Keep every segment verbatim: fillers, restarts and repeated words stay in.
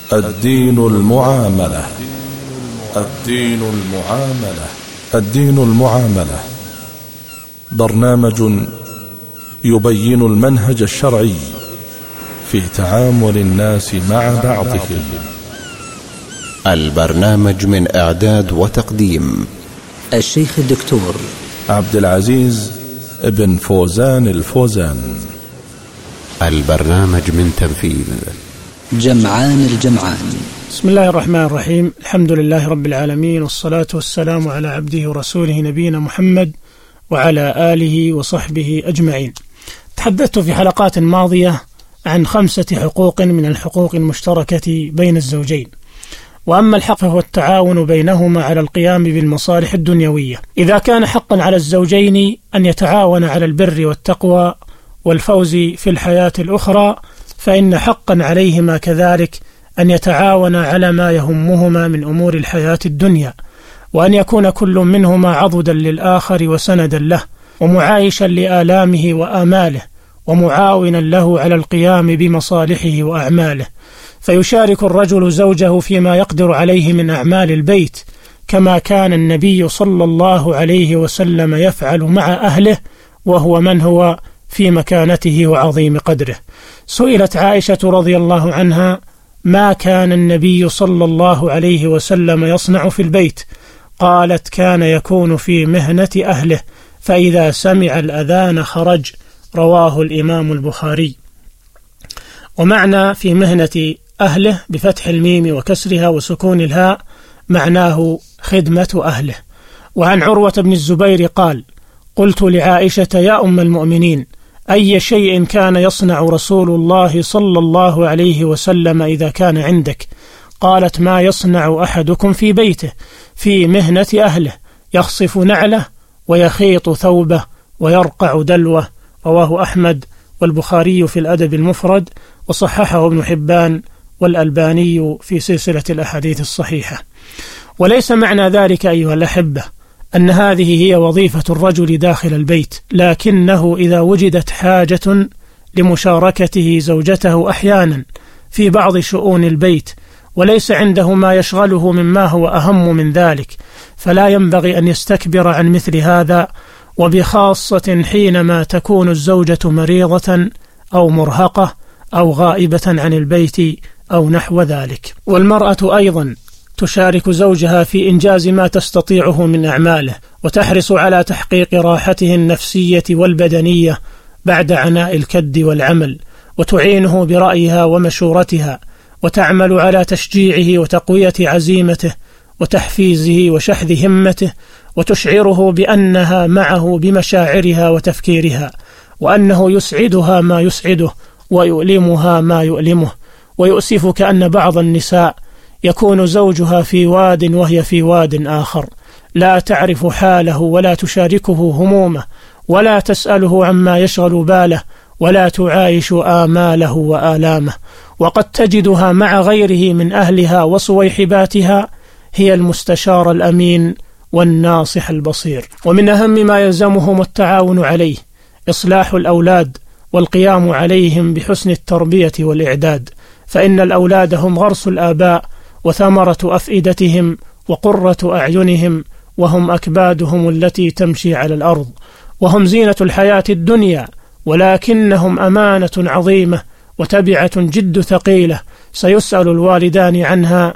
الدين المعاملة. الدين المعاملة. الدين المعاملة برنامج يبين المنهج الشرعي في تعامل الناس مع بعضهم. البرنامج من إعداد وتقديم الشيخ الدكتور عبد العزيز بن فوزان الفوزان. البرنامج من تنفيذ جمعان الجمعان. بسم الله الرحمن الرحيم. الحمد لله رب العالمين، والصلاة والسلام على عبده ورسوله نبينا محمد وعلى آله وصحبه أجمعين. تحدثت في حلقات ماضية عن خمسة حقوق من الحقوق المشتركة بين الزوجين، وأما الحق هو التعاون بينهما على القيام بالمصالح الدنيوية. إذا كان حقا على الزوجين أن يتعاون على البر والتقوى والفوز في الحياة الأخرى، فإن حقا عليهما كذلك أن يتعاون على ما يهمهما من أمور الحياة الدنيا، وأن يكون كل منهما عضدا للآخر وسندا له، ومعايشا لآلامه وآماله، ومعاونا له على القيام بمصالحه وأعماله. فيشارك الرجل زوجه فيما يقدر عليه من أعمال البيت، كما كان النبي صلى الله عليه وسلم يفعل مع أهله، وهو من هو في مكانته وعظيم قدره. سئلت عائشة رضي الله عنها: ما كان النبي صلى الله عليه وسلم يصنع في البيت؟ قالت: كان يكون في مهنة أهله، فإذا سمع الأذان خرج. رواه الإمام البخاري. ومعنى في مهنة أهله بفتح الميم وكسرها وسكون الهاء معناه خدمة أهله. وعن عروة بن الزبير قال: قلت لعائشة: يا أم المؤمنين، أي شيء كان يصنع رسول الله صلى الله عليه وسلم إذا كان عندك؟ قالت: ما يصنع أحدكم في بيته في مهنة أهله، يخصف نعله ويخيط ثوبه ويرقع دلوه. رواه أحمد والبخاري في الأدب المفرد، وصححه ابن حبان والألباني في سلسلة الأحاديث الصحيحة. وليس معنى ذلك أيها الأحبة أن هذه هي وظيفة الرجل داخل البيت، لكنه إذا وجدت حاجة لمشاركته زوجته أحيانا في بعض شؤون البيت وليس عنده ما يشغله مما هو أهم من ذلك، فلا ينبغي أن يستكبر عن مثل هذا، وبخاصة حينما تكون الزوجة مريضة أو مرهقة أو غائبة عن البيت أو نحو ذلك. والمرأة أيضا تشارك زوجها في إنجاز ما تستطيعه من أعماله، وتحرص على تحقيق راحته النفسية والبدنية بعد عناء الكد والعمل، وتعينه برأيها ومشورتها، وتعمل على تشجيعه وتقوية عزيمته وتحفيزه وشحذ همته، وتشعره بأنها معه بمشاعرها وتفكيرها، وأنه يسعدها ما يسعده ويؤلمها ما يؤلمه. ويؤسفك أن بعض النساء يكون زوجها في واد وهي في واد آخر، لا تعرف حاله ولا تشاركه همومه ولا تسأله عما يشغل باله ولا تعايش آماله وآلامه. وقد تجدها مع غيره من أهلها وصويحباتها هي المستشار الأمين والناصح البصير. ومن أهم ما يلزمهم التعاون عليه إصلاح الأولاد والقيام عليهم بحسن التربية والإعداد، فإن الأولاد هم غرس الآباء وثمرة أفئدتهم وقرة أعينهم، وهم أكبادهم التي تمشي على الأرض، وهم زينة الحياة الدنيا، ولكنهم أمانة عظيمة وتبعة جد ثقيلة، سيسأل الوالدان عنها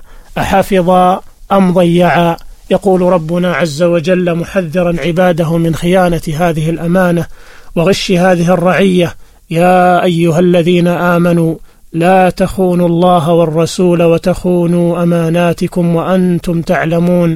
أحفظا أم ضيعا. يقول ربنا عز وجل محذرا عباده من خيانة هذه الأمانة وغش هذه الرعية: يا أيها الذين آمنوا لا تخونوا الله والرسول وتخونوا أماناتكم وأنتم تعلمون،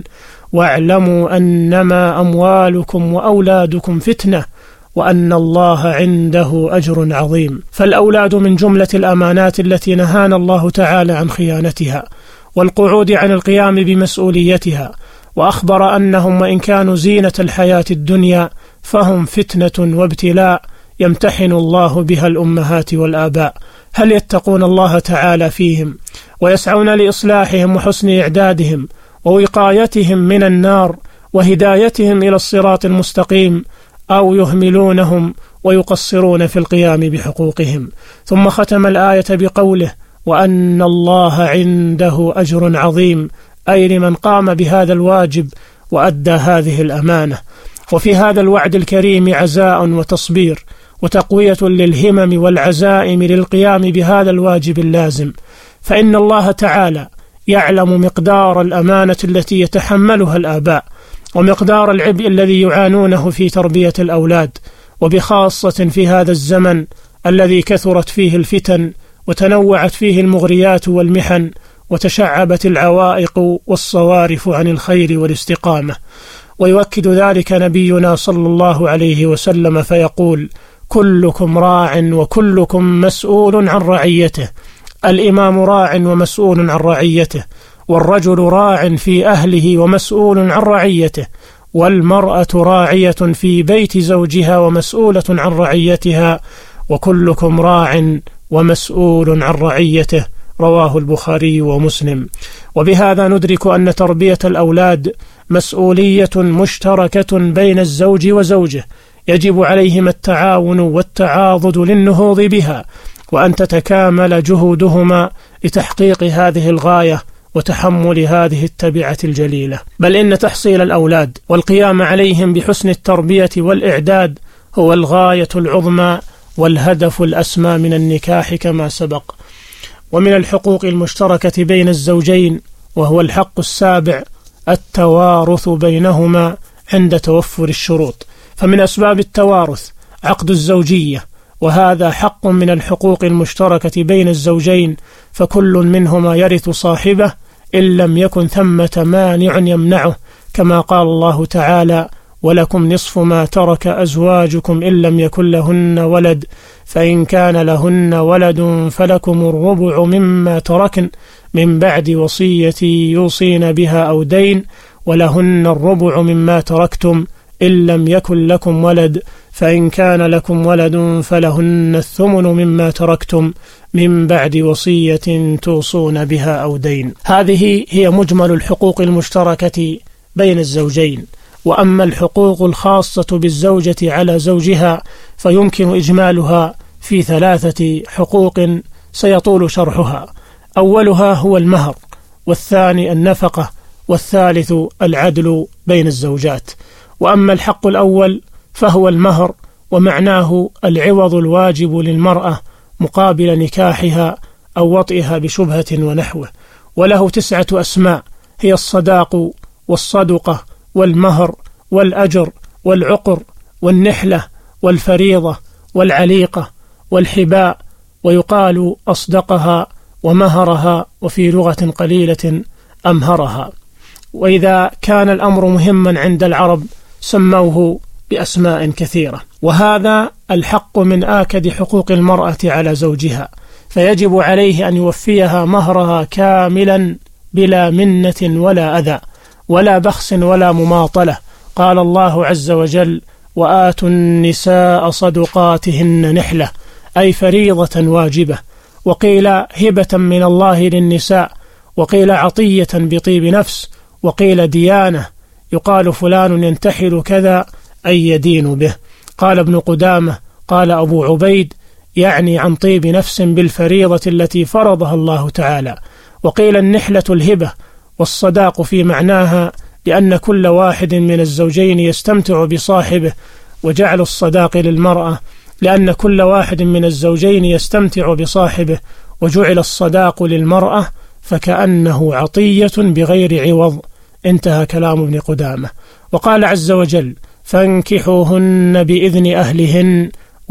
واعلموا أنما أموالكم وأولادكم فتنة وأن الله عنده أجر عظيم. فالأولاد من جملة الأمانات التي نهانا الله تعالى عن خيانتها والقعود عن القيام بمسؤوليتها، وأخبر أنهم وإن كانوا زينة الحياة الدنيا فهم فتنة وابتلاء يمتحن الله بها الأمهات والآباء. هل يتقون الله تعالى فيهم ويسعون لإصلاحهم وحسن إعدادهم ووقايتهم من النار وهدايتهم إلى الصراط المستقيم، أو يهملونهم ويقصرون في القيام بحقوقهم؟ ثم ختم الآية بقوله: وأن الله عنده أجر عظيم، أي لمن قام بهذا الواجب وأدى هذه الأمانة. وفي هذا الوعد الكريم عزاء وتصبير وتقوية للهمم والعزائم للقيام بهذا الواجب اللازم، فإن الله تعالى يعلم مقدار الأمانة التي يتحملها الآباء، ومقدار العبء الذي يعانونه في تربية الأولاد، وبخاصة في هذا الزمن الذي كثرت فيه الفتن وتنوعت فيه المغريات والمحن وتشعبت العوائق والصوارف عن الخير والاستقامة. ويؤكد ذلك نبينا صلى الله عليه وسلم فيقول: كلكم راع وكلكم مسؤول عن رعيته. الإمام راع ومسؤول عن رعيته، والرجل راع في أهله ومسؤول عن رعيته، والمرأة راعية في بيت زوجها ومسؤولة عن رعيتها، وكلكم راع ومسؤول عن رعيته. رواه البخاري ومسلم. وبهذا ندرك أن تربية الأولاد مسؤولية مشتركة بين الزوج وزوجه، يجب عليهم التعاون والتعاضد للنهوض بها، وأن تتكامل جهودهما لتحقيق هذه الغاية وتحمل هذه التبعة الجليلة. بل إن تحصيل الأولاد والقيام عليهم بحسن التربية والإعداد هو الغاية العظمى والهدف الأسمى من النكاح كما سبق. ومن الحقوق المشتركة بين الزوجين، وهو الحق السابع، التوارث بينهما عند توفر الشروط. فمن أسباب التوارث عقد الزوجية، وهذا حق من الحقوق المشتركة بين الزوجين، فكل منهما يرث صاحبه إن لم يكن ثمة مانع يمنعه، كما قال الله تعالى: ولكم نصف ما ترك أزواجكم إن لم يكن لهن ولد، فإن كان لهن ولد فلكم الربع مما تركن من بعد وصية يوصين بها أو دين، ولهن الربع مما تركتم إن لم يكن لكم ولد، فإن كان لكم ولد فلهن الثمن مما تركتم من بعد وصية توصون بها أو دين. هذه هي مجمل الحقوق المشتركة بين الزوجين. وأما الحقوق الخاصة بالزوجة على زوجها فيمكن إجمالها في ثلاثة حقوق سيطول شرحها. أولها هو المهر، والثاني النفقة، والثالث العدل بين الزوجات. وأما الحق الأول فهو المهر، ومعناه العوض الواجب للمرأة مقابل نكاحها أو وطئها بشبهة ونحوه، وله تسعة أسماء، هي الصداق والصدقة والمهر والأجر والعقر والنحلة والفريضة والعليقة والحباء، ويقال أصدقها ومهرها، وفي لغة قليلة أمهرها. وإذا كان الأمر مهما عند العرب سموه بأسماء كثيرة. وهذا الحق من آكد حقوق المرأة على زوجها، فيجب عليه أن يوفيها مهرها كاملا بلا منة ولا أذى ولا بخس ولا مماطلة. قال الله عز وجل: وآتوا النساء صدقاتهن نحلة، أي فريضة واجبة. وقيل هبة من الله للنساء، وقيل عطية بطيب نفس، وقيل ديانة، يقال فلان ينتحل كذا أي يدين به. قال ابن قدامة قال أبو عبيد يعني عن طيب نفس بالفريضة التي فرضها الله تعالى. وقيل النحلة الهبة، والصداق في معناها لأن كل واحد من الزوجين يستمتع بصاحبه، وجعل الصداق للمرأة لأن كل واحد من الزوجين يستمتع بصاحبه، وجعل الصداق للمرأة فكأنه عطية بغير عوض. انتهى كلام ابن قدامة. وقال عز وجل: فانكحوهن بإذن أهلهن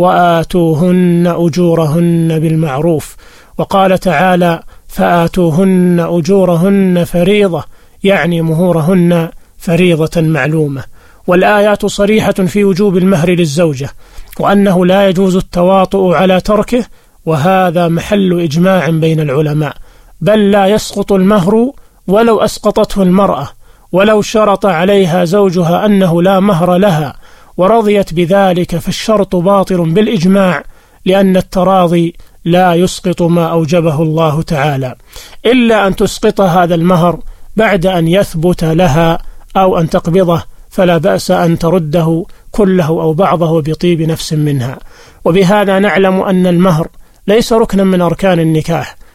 وآتوهن أجورهن بالمعروف. وقال تعالى: فآتوهن أجورهن فريضة، يعني مهورهن فريضة معلومة. والآيات صريحة في وجوب المهر للزوجة، وأنه لا يجوز التواطؤ على تركه، وهذا محل إجماع بين العلماء. بل لا يسقط المهر ولو أسقطته المرأة، ولو شرط عليها زوجها أنه لا مهر لها ورضيت بذلك فالشرط باطل بالإجماع، لأن التراضي لا يسقط ما أوجبه الله تعالى، إلا أن تسقط هذا المهر بعد أن يثبت لها أو أن تقبضه، فلا بأس أن ترده كله أو بعضه بطيب نفس منها. وبهذا نعلم أن المهر ليس ركنا من أركان النكاح،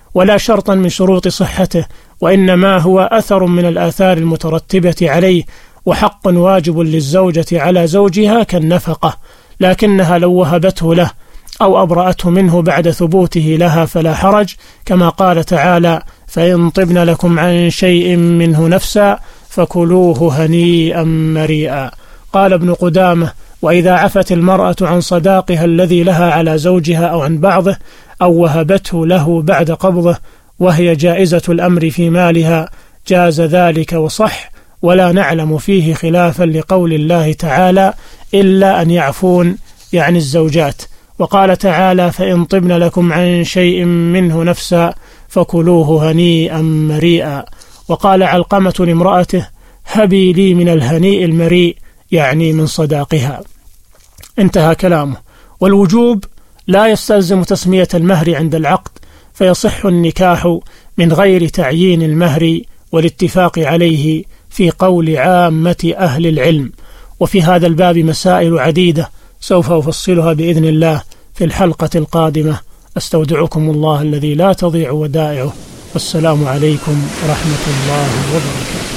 ولا شرطا من شروط صحته، وإنما هو أثر من الآثار المترتبة عليه، وحق واجب للزوجة على زوجها كالنفقة، لكنها لو وهبته له أو أبرأته منه بعد ثبوته لها فلا حرج، كما قال تعالى: فإن طبن لكم عن شيء منه نفسا فكلوه هنيئا مريئا. قال ابن قدامة: وإذا عفت المرأة عن صداقها الذي لها على زوجها أو عن بعضه أو وهبته له بعد قبضه وهي جائزة الأمر في مالها جاز ذلك وصح، ولا نعلم فيه خلافا لقول الله تعالى: إلا أن يعفون، يعني الزوجات. وقال تعالى: فإن طبن لكم عن شيء منه نفسا فكلوه هنيئا مريئا. وقال علقمة لامرأته: هبي لي من الهنيء المريء، يعني من صداقها. انتهى كلامه. والوجوب لا يستلزم تسمية المهر عند العقد، فيصح النكاح من غير تعيين المهر والاتفاق عليه في قول عامة أهل العلم. وفي هذا الباب مسائل عديدة سوف أفصلها بإذن الله في الحلقة القادمة. أستودعكم الله الذي لا تضيع ودائعه، والسلام عليكم ورحمة الله وبركاته.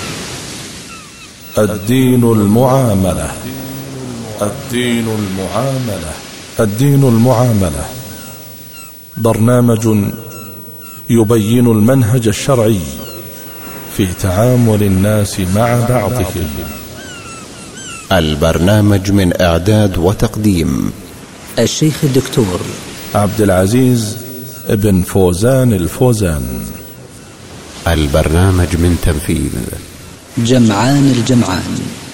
الدين المعاملة. الدين المعاملة. الدين المعاملة برنامج يبين المنهج الشرعي في تعامل الناس مع بعضهم. البرنامج من إعداد وتقديم الشيخ الدكتور عبد العزيز ابن فوزان الفوزان. البرنامج من تنفيذ جمعان الجمعان.